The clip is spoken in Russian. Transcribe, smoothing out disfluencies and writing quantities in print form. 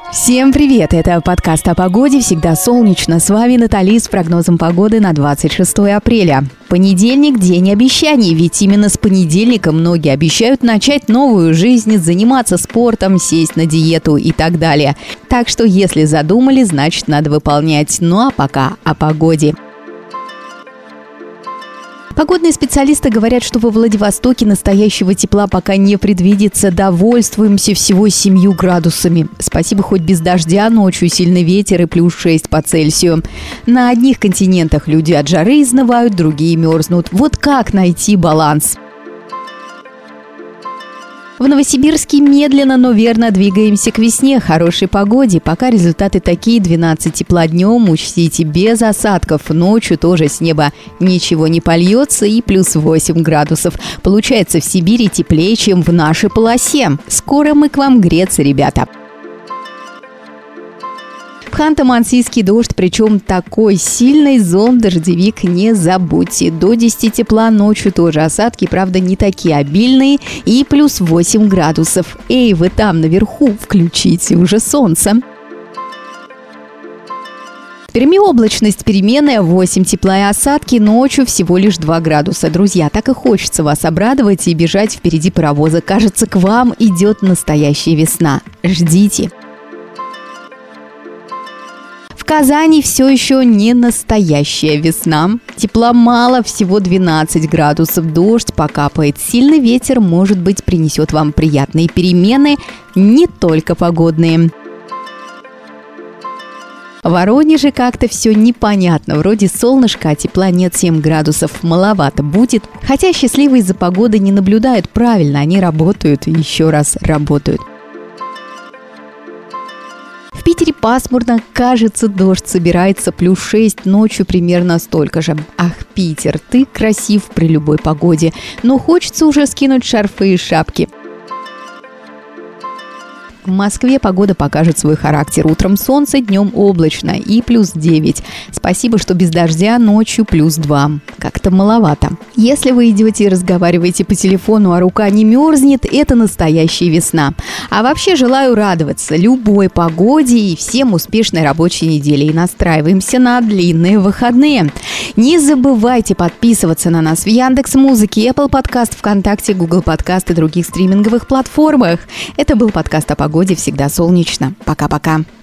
Всем привет! Это подкаст о погоде «Всегда солнечно». С вами Натали с прогнозом погоды на 26 апреля. Понедельник – день обещаний, ведь именно с понедельника многие обещают начать новую жизнь, заниматься спортом, сесть на диету и так далее. Так что если задумали, значит надо выполнять. Ну а пока о погоде. Погодные специалисты говорят, что во Владивостоке настоящего тепла пока не предвидится. Довольствуемся всего 7 градусами. Спасибо, хоть без дождя, ночью сильный ветер и плюс 6 по Цельсию. На одних континентах люди от жары изнывают, другие мерзнут. Вот как найти баланс? В Новосибирске медленно, но верно двигаемся к весне, хорошей погоде. Пока результаты такие: 12 тепла днем, учтите, без осадков. Ночью тоже с неба ничего не польется и плюс 8 градусов. Получается, в Сибири теплее, чем в нашей полосе. Скоро мы к вам греться, ребята. В Ханты-Мансийске дождь, причем такой сильный, зонт, дождевик не забудьте. До 10 тепла, ночью тоже осадки, правда не такие обильные, и плюс 8 градусов. Эй, вы там наверху, включите уже солнце. В Перми облачность переменная, 8 тепла и осадки, ночью всего лишь 2 градуса. Друзья, так и хочется вас обрадовать и бежать впереди паровоза. Кажется, к вам идет настоящая весна. Ждите. В Казани все еще не настоящая весна. Тепла мало, всего 12 градусов. Дождь покапает. Сильный ветер, может быть, принесет вам приятные перемены, не только погодные. В Воронеже как-то все непонятно. Вроде солнышко, а тепла нет, 7 градусов. Маловато будет. Хотя счастливые из-за погоды не наблюдают. Правильно, они работают и еще раз работают. В Питере пасмурно, кажется, дождь собирается, плюс 6, ночью примерно столько же. Ах, Питер, ты красив при любой погоде, но хочется уже скинуть шарфы и шапки. В Москве погода покажет свой характер. Утром солнце, днем облачно и плюс 9. Спасибо, что без дождя, ночью плюс 2. Как-то маловато. Если вы идете и разговариваете по телефону, а рука не мерзнет, это настоящая весна. А вообще желаю радоваться любой погоде и всем успешной рабочей недели. И настраиваемся на длинные выходные. Не забывайте подписываться на нас в Яндекс.Музыке, Apple Podcast, ВКонтакте, Google Podcast и других стриминговых платформах. Это был подкаст о погоде «Всегда солнечно». Пока-пока.